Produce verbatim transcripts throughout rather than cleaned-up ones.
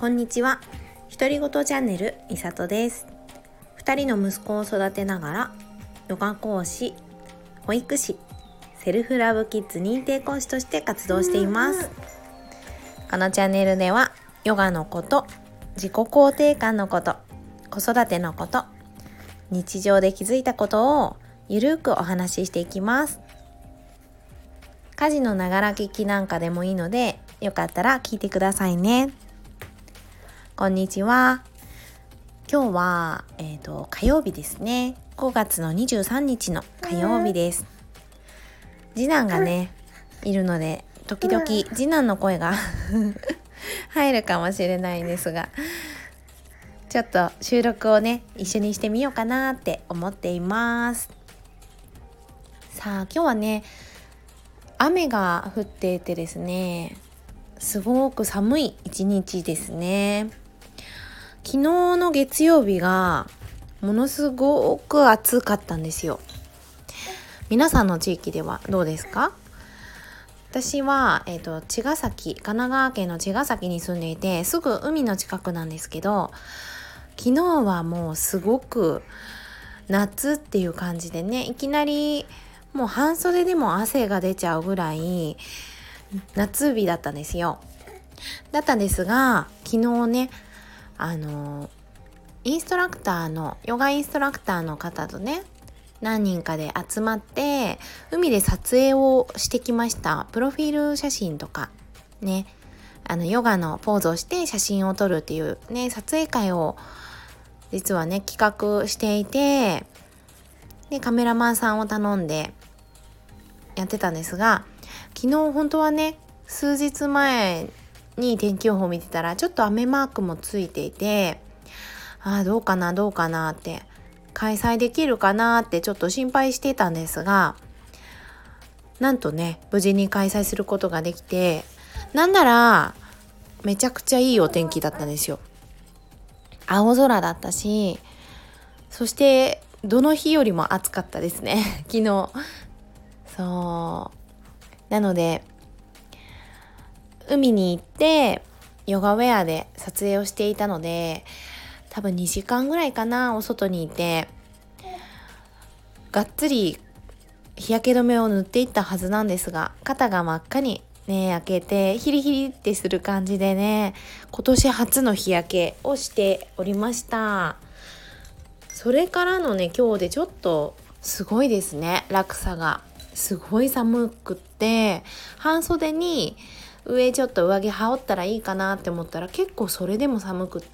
こんにちは。独り言チャンネルみさとです。ふたりの息子を育てながらヨガ講師、保育士、セルフラブキッズ認定講師として活動しています。このチャンネルではヨガのこと、自己肯定感のこと、子育てのこと、日常で気づいたことをゆるくお話ししていきます。家事のながら聞きなんかでもいいので、よかったら聞いてくださいね。こんにちは。今日は、えーと、火曜日ですね。ごがつのにじゅうさんにちの火曜日です。次男がねいるので、時々次男の声が入るかもしれないんですが、ちょっと収録をね一緒にしてみようかなって思っています。さあ、今日はね雨が降っていてですね、すごく寒い一日ですね。昨日の月曜日がものすごく暑かったんですよ。皆さんの地域ではどうですか？私は、えーと、茅ヶ崎、神奈川県の茅ヶ崎に住んでいて、すぐ海の近くなんですけど、昨日はもうすごく夏っていう感じでね、いきなりもう半袖でも汗が出ちゃうぐらい夏日だったんですよ。だったんですが、昨日ねあのインストラクターのヨガインストラクターの方とね何人かで集まって海で撮影をしてきました。プロフィール写真とかね、あのヨガのポーズをして写真を撮るっていうね撮影会を実はね企画していて、でカメラマンさんを頼んでやってたんですが、昨日本当はね数日前に天気予報を見てたらちょっと雨マークもついていて、ああどうかなどうかなって開催できるかなってちょっと心配してたんですが、なんとね無事に開催することができて、なんならめちゃくちゃいいお天気だったんですよ。青空だったし、そしてどの日よりも暑かったですね昨日。そうなので海に行ってヨガウェアで撮影をしていたので、多分にじかんぐらいかなお外にいて、がっつり日焼け止めを塗っていったはずなんですが、肩が真っ赤にね焼けてヒリヒリってする感じでね、今年初の日焼けをしておりました。それからのね今日でちょっとすごいですね、落差がすごい寒くって、半袖に上ちょっと上着羽織ったらいいかなって思ったら結構それでも寒くって、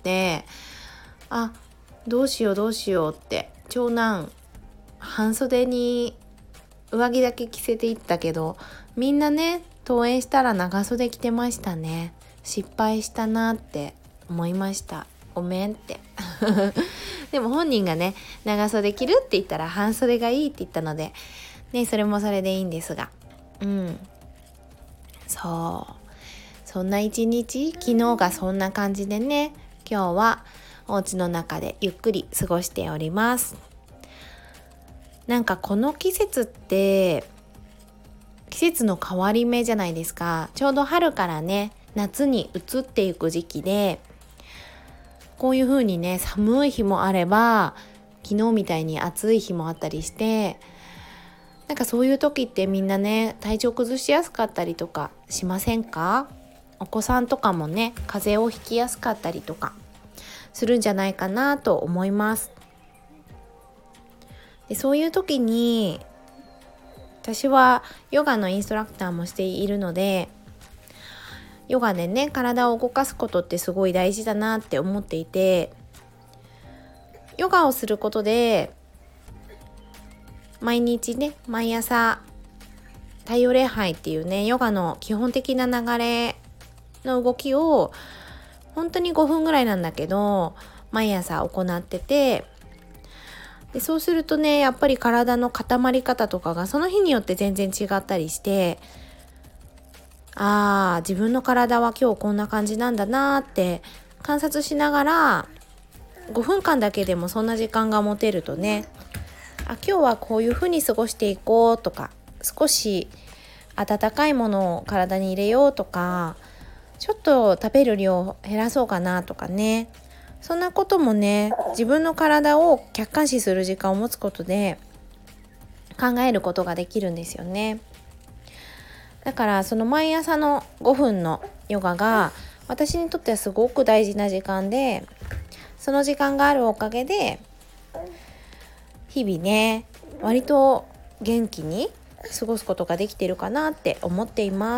あどうしようどうしようって、長男半袖に上着だけ着せていったけど、みんなね登園したら長袖着てましたね。失敗したなって思いました。ごめんってでも本人がね長袖着るって言ったら半袖がいいって言ったのでね、それもそれでいいんですが、うんそうそんな一日、昨日がそんな感じでね、今日はお家の中でゆっくり過ごしております。なんかこの季節って季節の変わり目じゃないですか。ちょうど春からね夏に移っていく時期で、こういう風にね寒い日もあれば昨日みたいに暑い日もあったりして、なんかそういう時ってみんなね体調崩しやすかったりとかしませんか？お子さんとかもね風邪をひきやすかったりとかするんじゃないかなと思います。でそういう時に私はヨガのインストラクターもしているので、ヨガでね体を動かすことってすごい大事だなって思っていて、ヨガをすることで毎日ね毎朝太陽礼拝っていうねヨガの基本的な流れの動きを本当にごふんぐらいなんだけど毎朝行ってて、でそうするとねやっぱり体の固まり方とかがその日によって全然違ったりして、あー自分の体は今日こんな感じなんだなって観察しながらごふんかんだけでもそんな時間が持てるとね、あ今日はこういう風に過ごしていこうとか、少し温かいものを体に入れようとか、 ちょっと食べる量を減らそうかなとかね、そんなこともね、自分の体を客観視する時間を持つことで考えることができるんですよね。だからその毎朝のごふんのヨガが私にとってはすごく大事な時間で、その時間があるおかげで日々ね、割と元気に過ごすことができているかなって思っています。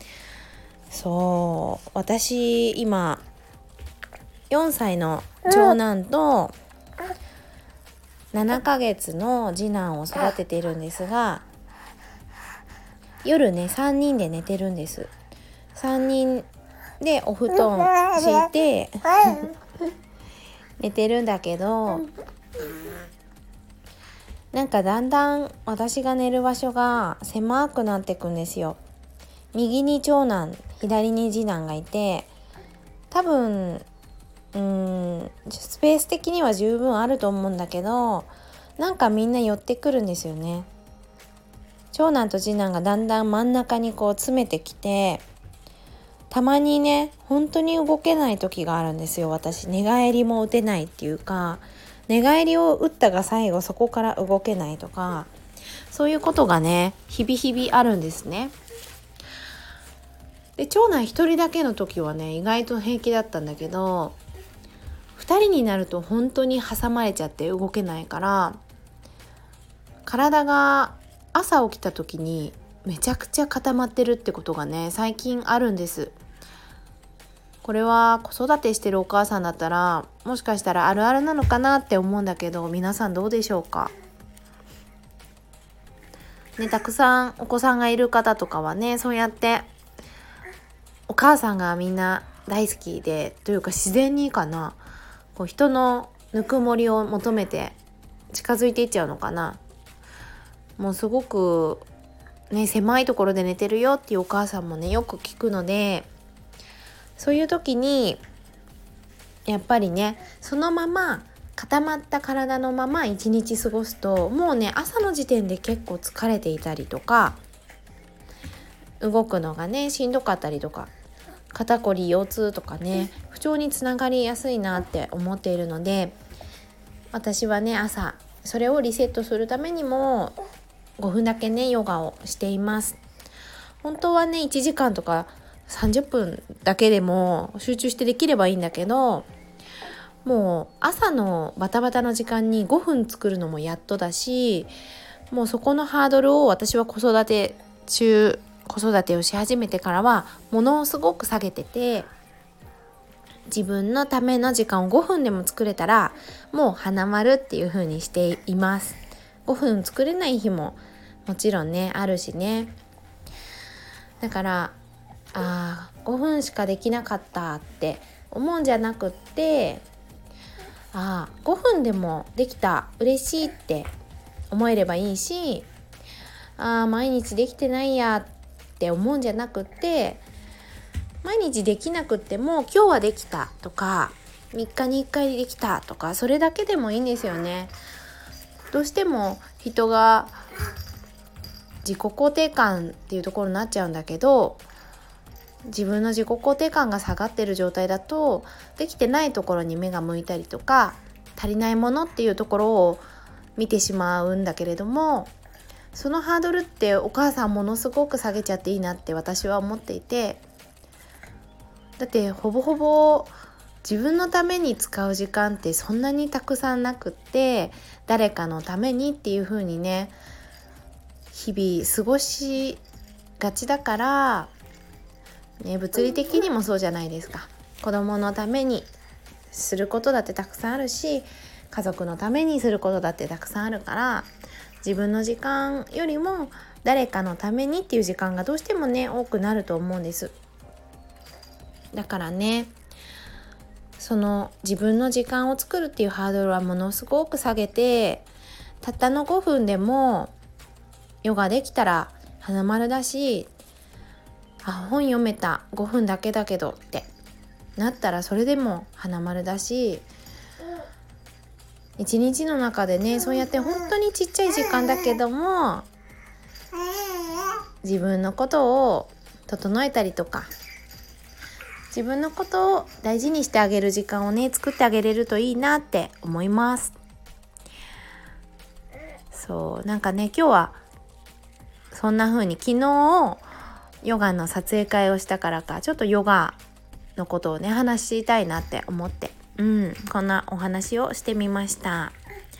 そう、私今よんさいの長男とななかげつの次男を育てているんですが、夜ねさんにんで寝てるんです。さんにんでお布団敷いて寝てるんだけど、なんかだんだん私が寝る場所が狭くなってくんですよ。右に長男、左に次男がいて、多分うーんスペース的には十分あると思うんだけど、なんかみんな寄ってくるんですよね。長男と次男がだんだん真ん中にこう詰めてきて、たまにね本当に動けない時があるんですよ。私寝返りも打てないっていうか、寝返りを打ったが最後そこから動けないとか、そういうことがね日々日々あるんですね。で長男一人だけの時はね意外と平気だったんだけど、二人になると本当に挟まれちゃって動けないから、体が朝起きた時にめちゃくちゃ固まってるってことがね最近あるんです。これは子育てしてるお母さんだったらもしかしたらあるあるなのかなって思うんだけど、皆さんどうでしょうかね。たくさんお子さんがいる方とかはね、そうやってお母さんがみんな大好きでというか自然にかな、こう人のぬくもりを求めて近づいていっちゃうのかな。もうすごくね狭いところで寝てるよっていうお母さんもねよく聞くので、そういう時にやっぱりねそのまま固まった体のまま一日過ごすと、もうね朝の時点で結構疲れていたりとか、動くのがねしんどかったりとか、肩こり腰痛とかね不調につながりやすいなって思っているので、私はね朝それをリセットするためにもごふんだけねヨガをしています。本当はねいちじかんとかさんじゅっぷんだけでも集中してできればいいんだけど、もう朝のバタバタの時間にごふん作るのもやっとだし、もうそこのハードルを私は子育て中子育てをし始めてからはものすごく下げてて、自分のための時間をごふんでも作れたらもう花丸っていう風にしています。ごふん作れない日ももちろんねあるしね。だからあーごふんしかできなかったって思うんじゃなくって、あーごふんでもできた嬉しいって思えればいいし、あー毎日できてないやって思うんじゃなくって、毎日できなくっても今日はできたとかみっかにいっかいできたとか、それだけでもいいんですよね。どうしても人が自己肯定感っていうところになっちゃうんだけど、自分の自己肯定感が下がってる状態だとできてないところに目が向いたりとか、足りないものっていうところを見てしまうんだけれども、そのハードルってお母さんものすごく下げちゃっていいなって私は思っていて、だってほぼほぼ自分のために使う時間ってそんなにたくさんなくって、誰かのためにっていう風にね日々過ごしがちだからね、物理的にもそうじゃないですか。子供のためにすることだってたくさんあるし、家族のためにすることだってたくさんあるから、自分の時間よりも誰かのためにっていう時間がどうしてもね多くなると思うんです。だからね、その自分の時間を作るっていうハードルはものすごく下げて、たったのごふんでもヨガできたら花丸だし、あ本読めたごふんだけだけどってなったらそれでも花丸だし、一日の中でねそうやって本当にちっちゃい時間だけども自分のことを整えたりとか、 自分のことを大事にしてあげる時間をね作ってあげれるといいなって思います。そうなんかね今日はそんな風に昨日ヨガの撮影会をしたからかちょっとヨガのことをね話したいなって思ってうんこんなお話をしてみました。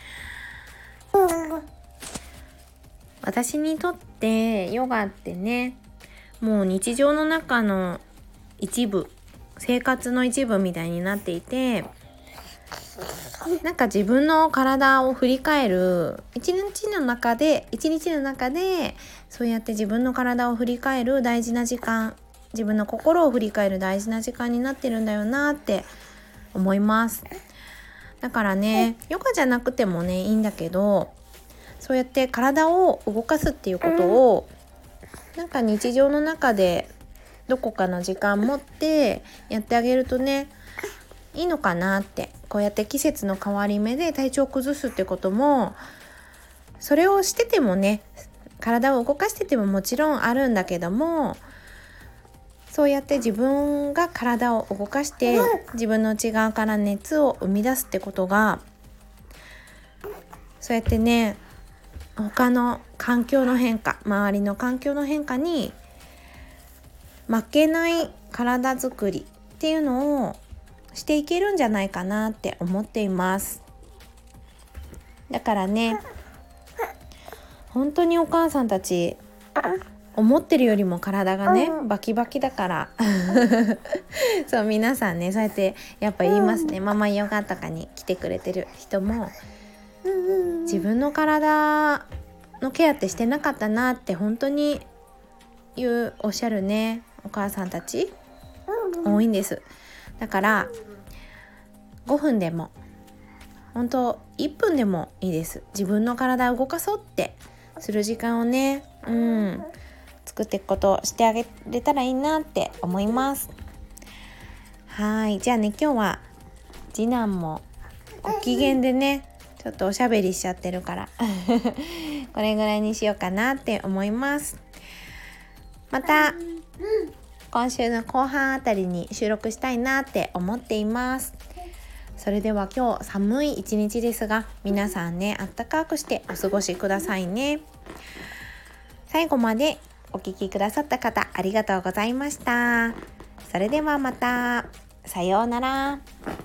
私にとってヨガってねもう日常の中の一部生活の一部みたいになっていてなんか自分の体を振り返る一日の中で一日の中でそうやって自分の体を振り返る大事な時間自分の心を振り返る大事な時間になってるんだよなって思います。だからねヨガじゃなくてもねいいんだけどそうやって体を動かすっていうことをなんか日常の中でどこかの時間持ってやってあげるとねいいのかなってこうやって季節の変わり目で体調を崩すってこともそれをしててもね体を動かしててももちろんあるんだけどもそうやって自分が体を動かして自分の内側から熱を生み出すってことがそうやってね他の環境の変化周りの環境の変化に負けない体づくりっていうのをしていけるんじゃないかなって思っています。だからね本当にお母さんたち思ってるよりも体がねバキバキだからそう皆さんねそうやってやっぱ言いますね。ママヨガとかに来てくれてる人も自分の体のケアってしてなかったなって本当に言うおっしゃるねお母さんたち多いんです。だからごふんでも本当いっぷんでもいいです。自分の体を動かそうってする時間をねうん作っていくことをしてあげれたらいいなって思います。はいじゃあね今日は次男もご機嫌でねちょっとおしゃべりしちゃってるからこれぐらいにしようかなって思います。また今週の後半あたりに収録したいなって思っています。それでは今日寒い一日ですが皆さんねあったかくしてお過ごしくださいね。最後までお聞きくださった方ありがとうございました。それではまたさようなら。